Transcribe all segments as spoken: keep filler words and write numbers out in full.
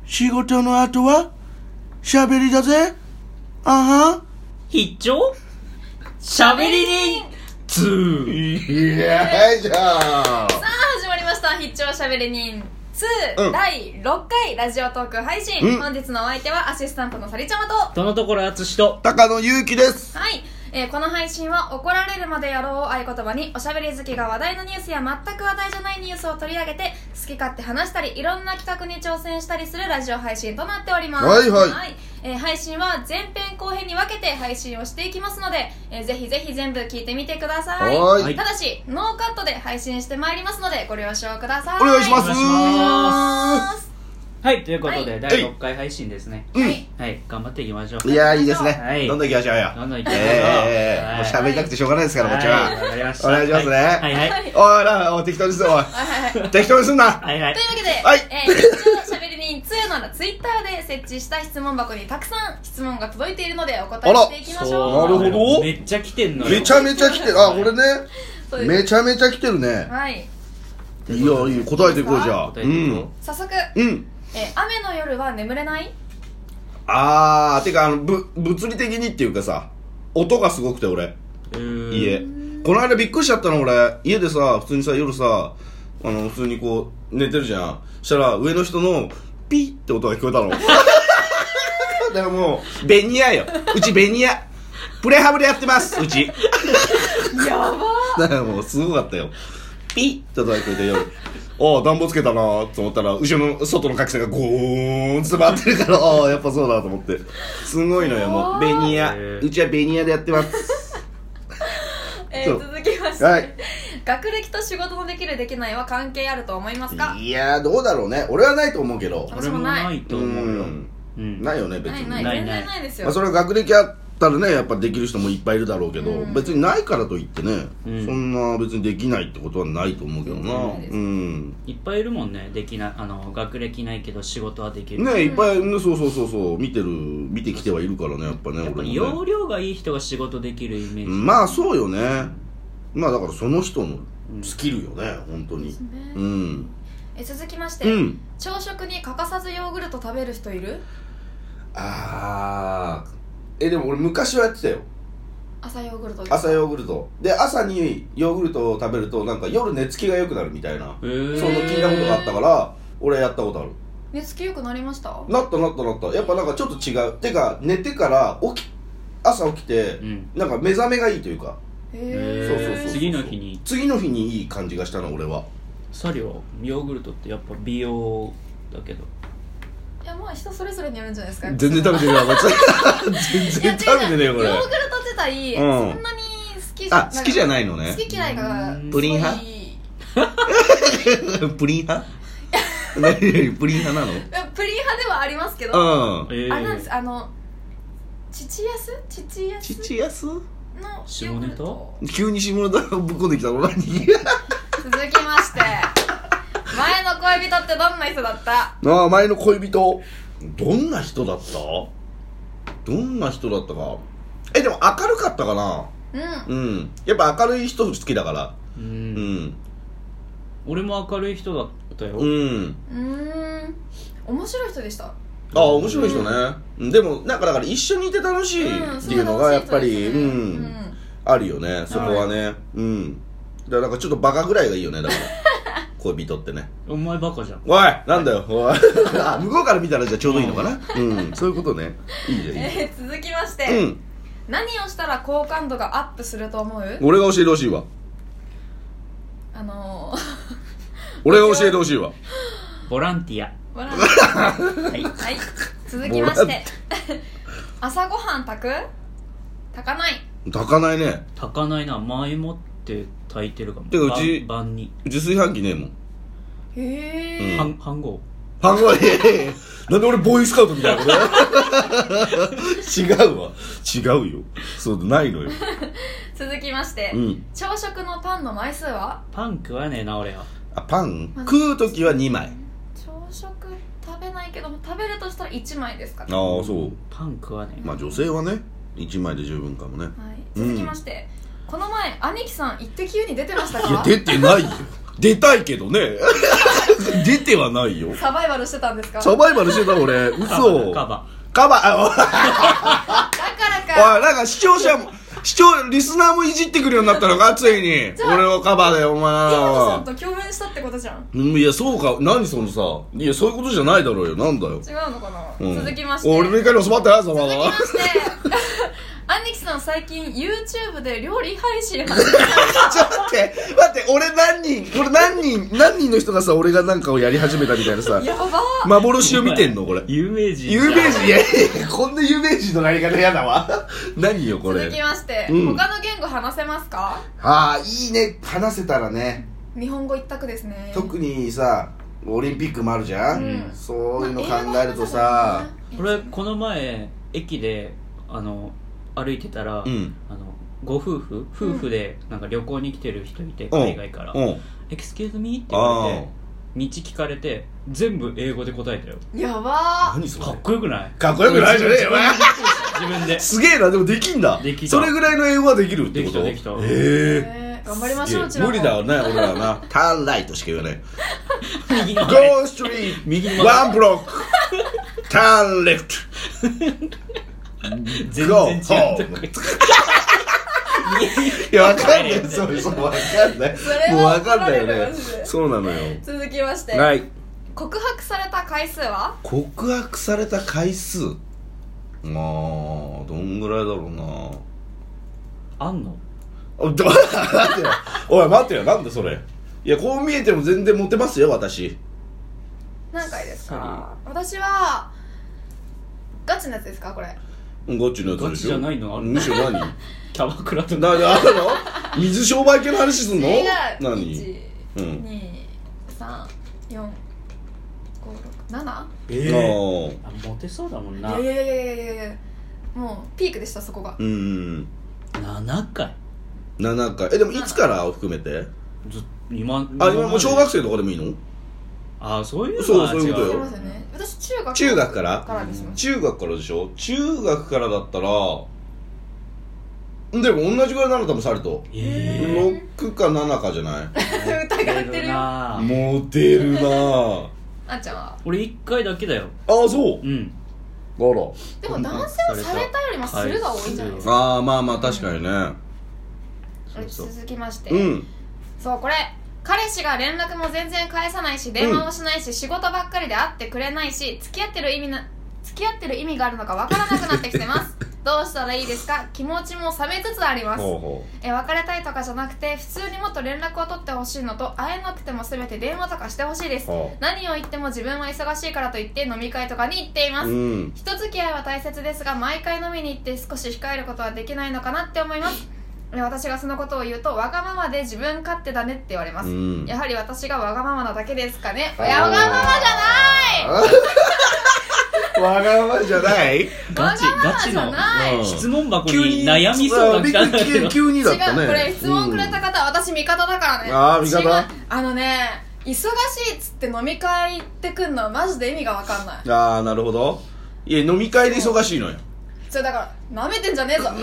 仕事の後は喋りだぜ。あは必聴喋り人ツー。 いやいじゃん。 さあ始まりました、必聴しゃべり人ツー、うん、だいろっかいラジオトーク配信、うん、本日のお相手はアシスタントのさりちゃまとそのところあつしと高野ゆうきです。 はい、えー、この配信は怒られるまでやろうを合言葉におしゃべり好きが話題のニュースや全く話題じゃないニュースを取り上げて好き勝手話したりいろんな企画に挑戦したりするラジオ配信となっております。 はいはい、 はい、えー、配信は前編後編に分けて配信をしていきますので、えー、ぜひぜひ全部聞いてみてください。 はい、 ただしノーカットで配信してまいりますのでご了承ください。 お願いします。 お願いします。はい、ということで、はい、だいろっかい配信ですね。 はい、 はい、頑張っていきましょう。 いやーいいですね、 はい、 どんどんいきましょうよ。 どんどんいきましょう、 えーはい、もう喋りたくてしょうがないですから、はい、こっちは。 わかりました。 お願いしますね。はいはい、はい、 おいらおい適当にする、おい、はいはい、適当にすんな。 はいはい、というわけで、 はい、 えー、必聴しゃべり人ツーならツイッターで設置した質問箱にたくさん質問が届いているのでお答えしていきましょう。 なるほど、 めっちゃ来てんのよ。 めちゃめちゃ来てる。あ、これね、めちゃめちゃ来てるね。 はい、 いいよいいよ、答えていこう。じゃあ、 答えていこう、 うん、早速、 うん、 えー、雨の夜は眠れない？ あー、てかあのぶ物理的にっていうかさ、音がすごくて俺、家この間びっくりしちゃったの。俺家でさ、普通にさ夜さ、あの普通にこう寝てるじゃん。そしたら上の人のピッって音が聞こえたの。だからもうベニヤよ、うちベニヤプレハブでやってますうち。 やばー。 だからもうすごかったよ。ピッって音が聞こえて夜、ああ暖房つけたなーと思ったら後ろの外の各線がゴーンって回ってるから、ああやっぱそうだと思って、すごいのよ。もうベニヤ、うちはベニヤでやってます。 えー、続きまして、はい、学歴と仕事のできるできないは関係あると思いますか？ いやーどうだろうね。俺はないと思うけど。 私もない。 俺もないと思うよ。うん、 うん、ないよね別に。 ないない全然ないですよ。 まあ、それは学歴あったらねやっぱできる人もいっぱいいるだろうけど、うん、別にないからといってね、うん、そんな別にできないってことはないと思うけどな。うん、 いっぱいいるもんね。できない、あの学歴ないけど仕事はできるね、いっぱい、ね、そうそうそうそう見てる見てきてはいるからね、やっぱね。 やっぱり容量がいい人が仕事できるイメージ。 まあそうよね。まあだからその人のスキルよね、うん、本当に。 ですね。 うん。 え続きまして、うん、朝食に欠かさずヨーグルト食べる人いる？ あー、えでも俺昔はやってたよ。 朝ヨーグルトですか？ 朝ヨーグルトで、朝にヨーグルトを食べるとなんか夜寝つきが良くなるみたいな、その聞いたことがあったから俺やったことある。 寝つき良くなりました？ なったなったなった。やっぱなんかちょっと違う。てか寝てから起き朝起きて、うん、なんか目覚めがいいというか、 へそうそうそうそう、 次の日に次の日にいい感じがしたの俺は。 サリはヨーグルトってやっぱ美容だけど。 いやまあ人それぞれによるんじゃないですか。 全然食べてねえよこいつ。全然食べてねえよこれ。 ヨーグルト自体、うん、そんなに好きじゃあ好きじゃないのね。 好き嫌いがプリン派？プリン派？何プリン派なの？ プリン派ではありますけど、 うん、 あれなんです、あの父安父安父安の下ネタ？ 急に下ネタぶっ込んできたの何？続きまして前の恋人ってどんな人だった？ ああ前の恋人どんな人だった？どんな人だったか。えでも明るかったかな。うん、うん、やっぱ明るい人好きだから。うん、うん、 俺も明るい人だったよ。 うん、 うーん面白い人でした。ああ面白い人ね、うん、でもなんかだから一緒にいて楽しいっていうのがやっぱり、うん、うん、あるよねそこはね、はい、うんだからなんかちょっとバカぐらいがいいよねだから恋人ってね。 お前バカじゃん。 おいなんだよおいあ向こうから見たらじゃあちょうどいいのかな。うんそういうことね。いいじゃんいい、 えー、続きまして、うん、何をしたら好感度がアップすると思う？ 俺が教えてほしいわ。 あのー、 俺が教えてほしいわ。 ボランティア。 ボランティアはい、はい、続きまして朝ごはん炊く？炊かない。 炊かないね。 炊かないな。前もって炊いてるかも。 てかうち晩にうち炊飯器ねえもん。 へえ、 うん、飯盒飯盒えなんで俺ボーイスカウトみたいなこと違うわ違うよそうないのよ続きまして、うん、朝食のパンの枚数は？ パン食わねえな俺は。 あパン、まあ、食うときはにまい。 朝食食べないけど食べるとしたらいちまいですかね。 ああそうパン食わねえ。 まあ女性はねいちまいで十分かもね、はい、 続きまして、うん、この前兄貴さんイッテ Q に出てましたか？ いや出てないよ出たいけどね出てはないよ。 サバイバルしてたんですか？ サバイバルしてた俺。嘘。 カバカバあだからか。 おいなんか視聴者も視聴リスナーもいじってくるようになったのかついに。俺をカバーでお前井本さんは。 と共演したってことじゃん。 うんいやそうか。何そのさ、いやそういうことじゃないだろうよ。なんだよ。 違うのかな、 うん、 続きまして俺の怒りを染まってないぞまだ。 続きましてアンニキさん最近 YouTube で料理配信始めた。 ちょっと待って待って俺何人俺何人何人の人がさ俺がなんかをやり始めたみたいなさやばー幻を見てんのこれ。 有名人有名人いやいやこんな有名人のやり方やだわ何よこれ。 続きまして、 うん他の言語話せますか？ ああいいね話せたらね。 日本語一択ですね。 特にさオリンピックもあるじゃん、 うん、 そういうの考えるとさ、 俺この前駅であの歩いてたら、 うん、 あのご夫婦夫婦でなんか旅行に来てる人いて、うん、海外から「エクスキューズミー」って言われて道聞かれて全部英語で答えたよ。 やばー。 何それかっこよくない？ かっこよくないじゃねえよ自分ですげえな。でもできんだ。 できた。 それぐらいの英語はできるってこと？ できたできた。 へえ頑張りましょう。うちらも無理だわね俺らはな。ターンライトしか言わない。 右のゴーストリート右のワンブロックターンレフト全然違う。 いやわかんない。そうそうわかんない。もうわかんないよね。そうなのよ。 続きまして、 はい、 告白された回数は？ 告白された回数まあどんぐらいだろうな。 あんの？ おど待ってよおい待ってよなんでそれ。いやこう見えても全然モテますよ私。 何回ですか？私はガチのやつですかこれ？ ガチのやつでしょ。 ガチじゃないのある？ むしろ何キャバクラとか何あるの？水商売系の話すんの？何？ いち、に、さん、よん、ご、ろく、なな？ えー、あモテそうだもんな。 いやいやいやいやいやもうピークでしたそこが。 うんななかいななかい。えでもいつからを含めて？ ず今あ今もう小学生とかでもいいの？ あそういうのそうそういうことよ。 私中学中学からからですよ。 中学からでしょ。中学からだったらでも同じぐらいなの多分されと、えー、ろくかななかじゃない？ 疑ってるよ。 モテるなあんちゃんは？ 俺いっかいだけだよ。 ああそう。 うんあら。 でも男性はされたよりもするが多いんじゃないですか？ ああまあまあ確かにね、うん、 そうそう続きまして、 うん、 そうこれ彼氏が連絡も全然返さないし電話もしないし、うん、仕事ばっかりで会ってくれないし付き合ってる意味な付き合ってる意味があるのかわからなくなってきてますどうしたらいいですか？気持ちも冷めつつあります。 ほうほうえ別れたいとかじゃなくて普通にもっと連絡を取ってほしいのと会えなくてもせめて電話とかしてほしいです。何を言っても自分は忙しいからと言って飲み会とかに行っています、うん、人付き合いは大切ですが毎回飲みに行って少し控えることはできないのかなって思います私がそのことを言うとわがままで自分勝手だねって言われます、うん、やはり私がわがままなだけですかね。いやわがままじゃないわがままじゃないガチガチの質問箱に悩みそうが来たんだけど急にだったね。 違うこれ質問くれた方、うん、私味方だからね。 ああ味方。 あのね忙しいっつって飲み会行ってくんのはマジで意味がわかんない。 ああなるほど。いや飲み会で忙しいのよ。 それだから舐めてんじゃねえぞだから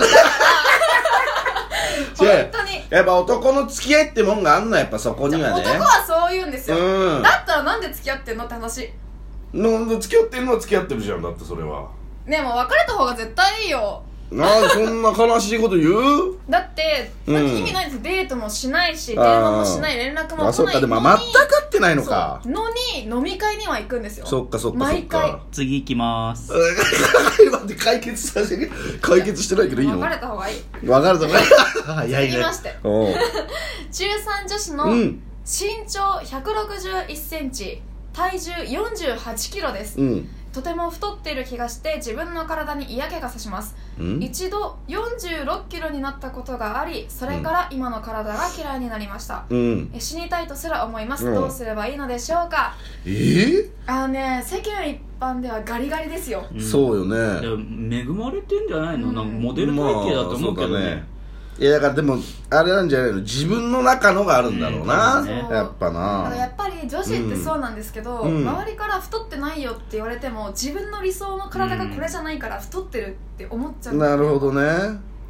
本当にやっぱ男の付き合いってもんがあんのやっぱそこにはね。 男はそう言うんですよ、 うん、 だったらなんで付き合ってんのって話。 なんで付き合ってんのは付き合ってるじゃん。だってそれはねえもう別れた方が絶対いいよ。 なんでそんな悲しいこと言うだって、うん、だって意味ないんですよ。デートもしないし電話もしない連絡も来ないのに。あそっかでも全く会ってないのかのに飲み会には行くんですよ。 そっかそっかそっか毎回。 次行きまーす待って解決させて解決してないけどいいの。 別れた方がいい。 別れた方がいい早いね。 続きまして中さん女子の身長ひゃくろくじゅういっセンチ体重よんじゅうはちキロです、うん、とても太っている気がして自分の体に嫌気がさします、うん、一度よんじゅうろっキロになったことがありそれから今の体が嫌いになりました、うん、え死にたいとすら思います、うん、どうすればいいのでしょうか。 えー、 あのね世間一般ではガリガリですよ、 うん、そうよね。 恵まれてんじゃないの、うん、なんかモデル体型だと思うけどね、まあいやだからでもあれなんじゃないの自分の中のがあるんだろうな、うん、やっぱな。 だからやっぱり女子ってそうなんですけど、うん、周りから太ってないよって言われても自分の理想の体がこれじゃないから太ってるって思っちゃうんですよ。 なるほどね。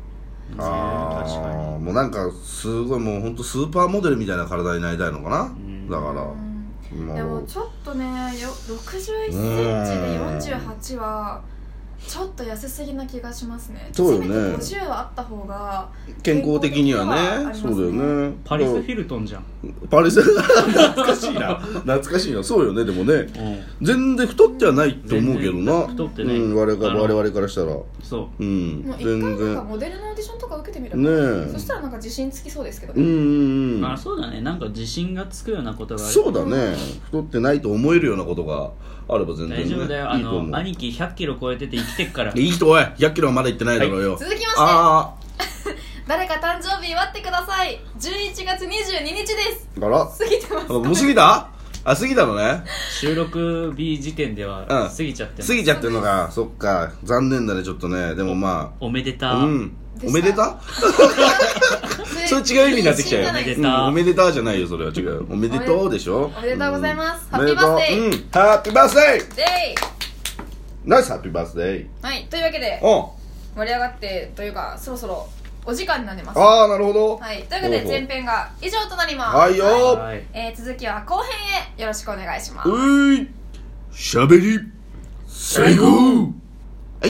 あ確かにあもうなんかすごいもうほんとスーパーモデルみたいな体になりたいのかな、 うん、 だからうんでもちょっとねよろくじゅういっセンチでよんじゅうはちはちょっと痩せすぎな気がしますね。 そうよねせめてごじゅうはあった方が健康的にはね、 健康的にはありますね。 そうだよね。 パリス・ヒルトンじゃん。 パリス懐かしいな懐かしいな。そうよね。でもね、うん、全然太ってはないと思うけどな。 太ってない、 うん、我々我々からしたらそう、 うん、 もう一回なんかモデルのオーディションとか受けてみれば、 ね、 そしたらなんか自信つきそうですけどね。 うんうんうん、 あ、そうだね。なんか自信がつくようなことがある。 そうだね。太ってないと思えるようなことがあれば全然、ね、 大丈夫だよ。あのいいと思う。 兄貴ひゃっキロ超えてて生きてっからいい人おいひゃっキロはまだいってないだろうよ、はい、 続きましてあ誰か誕生日祝ってください。じゅういちがつにじゅうににちです。 あら過ぎてますか、ね、 もう過ぎたあ過ぎたのね。 収録日時点では過ぎちゃってます、 うん、過ぎちゃってるのか。そっか残念だねちょっとね。でもまあおめでた、 うん、おめでたそれ違う意味になってきちゃうよ。 おめでた、 うん、おめでたじゃないよそれは違う。おめでとうでしょ。 おめでとうございます、 うん、 ハッピーバースデー、 うん、ハッピーバースデーデイナイスハッピーバースデー。 はいというわけでお盛り上がってというかそろそろお時間になります。 ああなるほど。 はいというわけで前編が以上となります。 はいよー、 はい、 えー、続きは後編へよろしくお願いします。 うーいしゃべり最後